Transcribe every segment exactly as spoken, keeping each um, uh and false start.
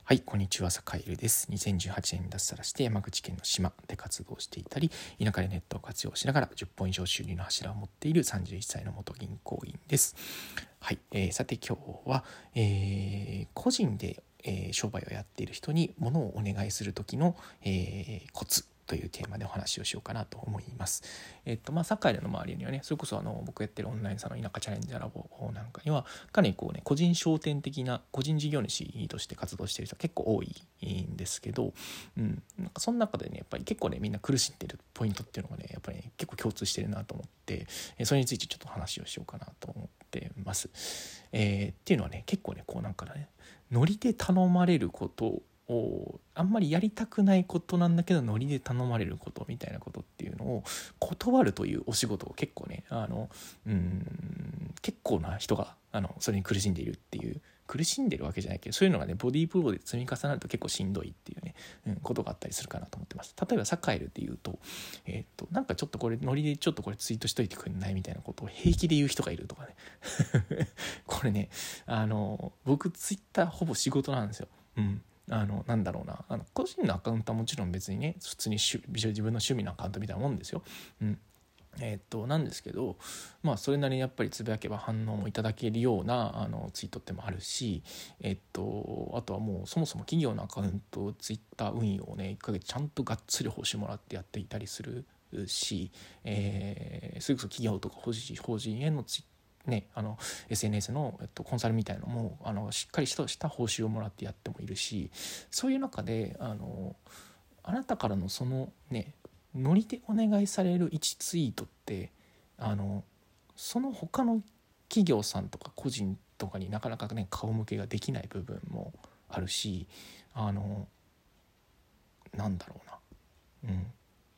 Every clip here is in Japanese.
はい、こんにちは、坂井です。にせんじゅうはちねんに脱サラして山口県の島で活動していたり、田舎でネットを活用しながらじゅっぽん以上収入の柱を持っているさんじゅういっさいの元銀行員です。はい、えー、さて今日は、えー、個人で、えー、商売をやっている人に物をお願いする時の、えー、コツというテーマでお話をしようかなと思います。えっとまあ、サッカーの周りにはね、それこそあの僕やってるオンラインサロン田舎チャレンジャーラボなんかにはかなりこうね、個人商店的な個人事業主として活動している人は結構多いんですけど、うん、なんかその中でねやっぱり結構ねみんな苦しんでるポイントっていうのがねやっぱり、ね、結構共通してるなと思って、それについてちょっと話をしようかなと思ってます。えー、っていうのはね結構ねこうなんかねノリで頼まれることをあんまりやりたくないことなんだけどノリで頼まれることみたいなことっていうのを断るというお仕事を結構ねあのうーん結構な人があのそれに苦しんでいるっていう苦しんでるわけじゃないけどそういうのがねボディープロで積み重なると結構しんどいっていうね、うん、ことがあったりするかなと思ってます。例えばサカエルで言うと、えー、っとなんかちょっとこれノリでちょっとこれツイートしといてくんないみたいなことを平気で言う人がいるとかねこれねあの僕ツイッターほぼ仕事なんですよ。うんあのなんだろうなあの個人のアカウントはもちろん別にね普通に自分の趣味のアカウントみたいなもんですよ。うんえー、っとなんですけどまあそれなりにやっぱりつぶやけば反応もいただけるようなあのツイートってもあるし、えー、っとあとはもうそもそも企業のアカウントツイッター運用をねいっかげつちゃんとがっつり報酬もらってやっていたりするし、えー、それこそ企業とか法人法人へのツイッターね、あの エスエヌエス の、えっと、コンサルみたいのもあのしっかりしたした報酬をもらってやってもいるし、そういう中であのあなたからのそのねノリでお願いされるいちツイートってあのその他の企業さんとか個人とかになかなかね顔向けができない部分もあるし、あのなんだろうなうん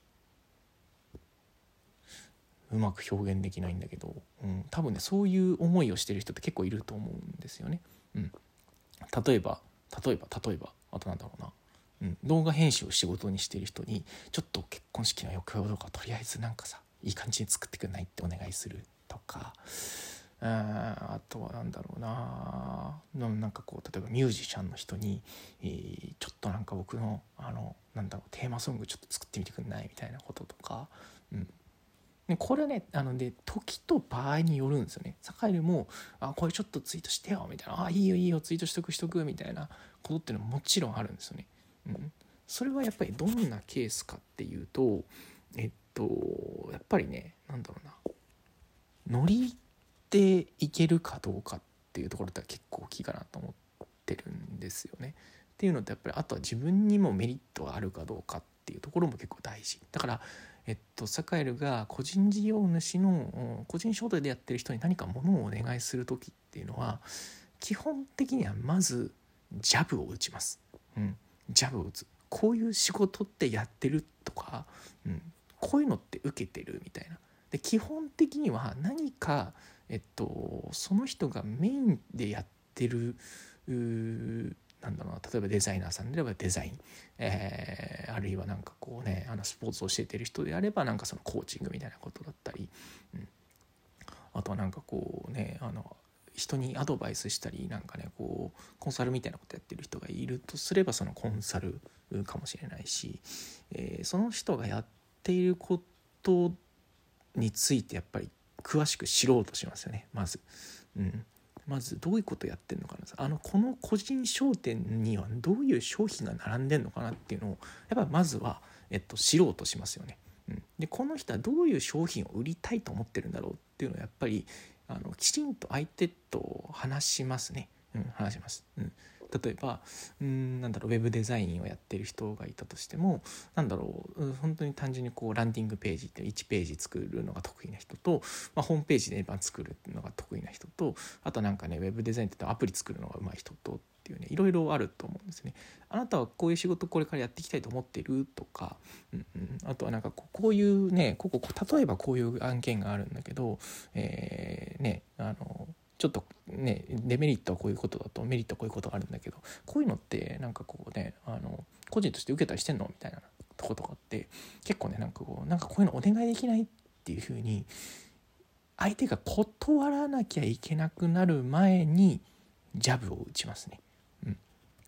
うまく表現できないんだけど、うん、多分ねそういう思いをしてる人って結構いると思うんですよね。うん、例えば例えば例えばあとなんだろうな、うん、動画編集を仕事にしている人にちょっと結婚式の抑揚とかとりあえずなんかさいい感じに作ってくんないってお願いするとか、あ, あとはなんだろうななんかこう例えばミュージシャンの人に、えー、ちょっとなんか僕のあのなんだろうテーマソングちょっと作ってみてくんないみたいなこととか、うんでこれねあので時と場合によるんですよね。サカエルもあこれちょっとツイートしてよみたいな、あいいよいいよツイートしとくしとくみたいなことっていうのはもちろんあるんですよね。うん、それはやっぱりどんなケースかっていうとえっとやっぱりねなんだろうなノリでいけるかどうかっていうところって結構大きいかなと思ってるんですよね。っていうのとやっぱりあとは自分にもメリットがあるかどうかっていうところも結構大事だから。えっと、サカエルが個人事業主の個人商店でやってる人に何か物をお願いする時っていうのは基本的にはまずジャブを打ちます、うん、ジャブを打つこういう仕事ってやってるとか、うん、こういうのって受けてるみたいなで基本的には何か、えっと、その人がメインでやってるなんだろうな例えばデザイナーさんであればデザイン、えー、あるいはなんかこうねあのスポーツを教えてる人であればなんかそのコーチングみたいなことだったり、うん、あとはなんかこうねあの人にアドバイスしたりなんかねこうコンサルみたいなことやってる人がいるとすればそのコンサルかもしれないし、えー、その人がやっていることについてやっぱり詳しく知ろうとしますよねまず。うんまずどういうことやってんのかなあのこの個人商店にはどういう商品が並んでんのかなっていうのをやっぱまずは、えっと、知ろうとしますよね、うん、でこの人はどういう商品を売りたいと思ってるんだろうっていうのをやっぱりあのきちんと相手と話しますね、うん、話します、うん例えばうーんなんだろうウェブデザインをやってる人がいたとしてもなんだろう本当に単純にこうランディングページっていちページ作るのが得意な人と、まあ、ホームページで作るのが得意な人とあとなんかねウェブデザインってアプリ作るのが上手い人とっていうねいろいろあると思うんですね。あなたはこういう仕事これからやっていきたいと思っているとか、うんうん、あとはなんかこうこういうねここ例えばこういう案件があるんだけど、えー、ねあのちょっとねデメリットはこういうことだとメリットはこういうことがあるんだけどこういうのってなんかこうねあの個人として受けたりしてんのみたいなとことかって結構ねなんかこうなんかこういうのお願いできないっていう風に相手が断らなきゃいけなくなる前にジャブを打ちますね。うん、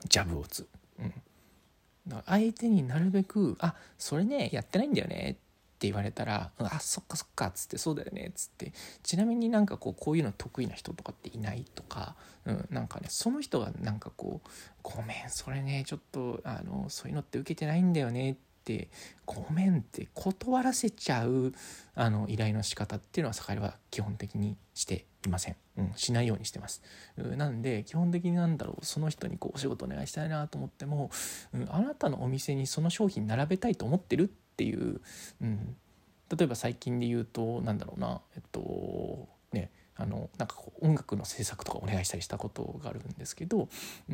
ジャブを打つ、うん、だから相手になるべくあそれねやってないんだよねって言われたら、あそっかそっかっつって、そうだよねっつって、ちなみになんかこうこういうの得意な人とかっていないとか、うん、なんかねその人がなんかこうごめんそれねちょっとあのそういうのって受けてないんだよねってごめんって断らせちゃうあの依頼の仕方っていうのは坂井は基本的にしていません、うん、しないようにしてます。なんで基本的になんだろうその人にこうお仕事お願いしたいなと思っても、うん、あなたのお店にその商品並べたいと思ってるっていう、うん、例えば最近で言うとなんだろうなえっとねあのなんかこう音楽の制作とかお願いしたりしたことがあるんですけど、うん、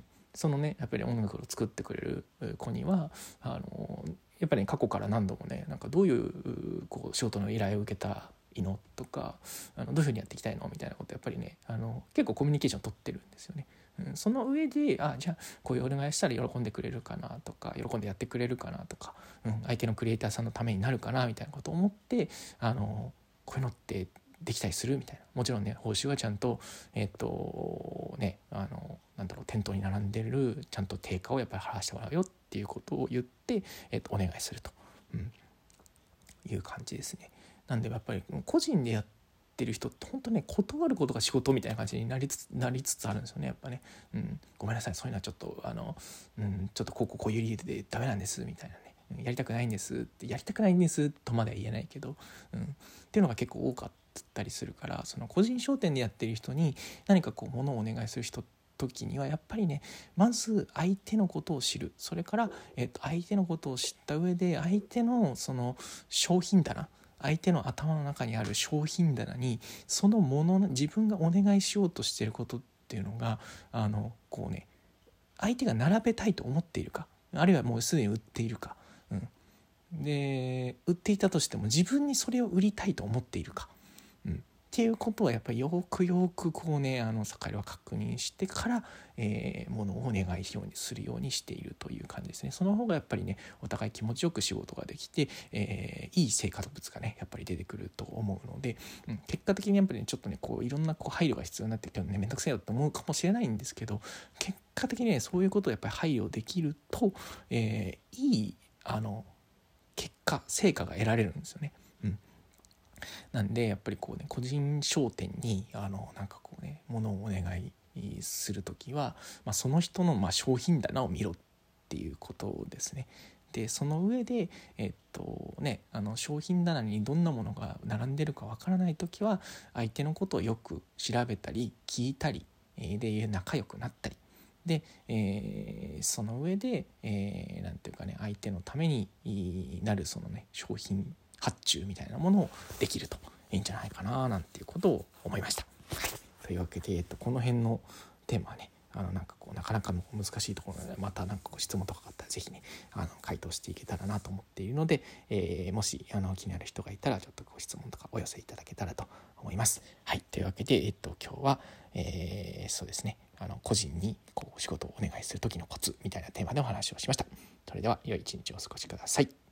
そのねやっぱり音楽を作ってくれる子にはあのやっぱり、ね、過去から何度もねなんかどういうこう仕事の依頼を受けたいのとかあのどういうふうにやっていきたいのみたいなことやっぱりねあの結構コミュニケーション取ってるんですよね。うん、その上であじゃあこういうお願いしたら喜んでくれるかなとか喜んでやってくれるかなとか、うん、相手のクリエイターさんのためになるかなみたいなことを思ってあのこういうのってできたりするみたいな、もちろんね報酬はちゃんとえっとねあのなんだろう店頭に並んでるちゃんと定価をやっぱり払わせてもらうよっていうことを言って、えっと、お願いすると、うん、いう感じですね。なんでやっぱり個人でやってる人って本当ね断ることが仕事みたいな感じになりつつなりつつあるんですよねやっぱね、うん、ごめんなさいそういうのはちょっとあの、うん、ちょっとこうこうこういう理由でダメなんですみたいなね、やりたくないんですってやりたくないんですとまでは言えないけど、うん、っていうのが結構多かったりするから、その個人商店でやってる人に何かこう物をお願いする人時にはやっぱりねまず相手のことを知る、それから、えっと、相手のことを知った上で相手のその商品棚相手の頭の中にある商品棚にそのもの自分がお願いしようとしていることっていうのがあのこうね相手が並べたいと思っているか、あるいはもうすでに売っているか、うん、で売っていたとしても自分にそれを売りたいと思っているか、うん、っていうことはやっぱりよくよくこうねあの坂井は確認してから、えー、ものをお願いしようにするようにしているという感じですね。その方がやっぱりねお互い気持ちよく仕事ができて、えー、いい成果物がねやっぱり出てくると思うので、うん、結果的にやっぱり、ね、ちょっとねこういろんなこう配慮が必要になってきてねめんどくさいよと思うかもしれないんですけど、結果的にねそういうことをやっぱり配慮できると、えー、いいあの結果成果が得られるんですよね。うん、なんでやっぱりこうね個人商店にあのなんかこうね物をお願いするときは、まあ、その人のまあ商品棚を見ろっていうことですね。でその上で、えっとね、あの商品棚にどんなものが並んでるかわからないときは相手のことをよく調べたり聞いたり、えー、で仲良くなったりで、えー、その上で、えー、なんていうかね相手のためになるそのね商品発注みたいなものをできるといいんじゃないかななんていうことを思いました。はい、というわけで、えっと、この辺のテーマはねあのなんかこうなかなか難しいところなのでまたなんか質問とかあったらぜひねあの回答していけたらなと思っているので、えー、もしあの気になる人がいたらちょっとご質問とかお寄せいただけたらと思います。はい、というわけで、えっと、今日は、えー、そうですねあの個人にこう仕事をお願いする時のコツみたいなテーマでお話をしました。それでは良い一日をお過ごしください。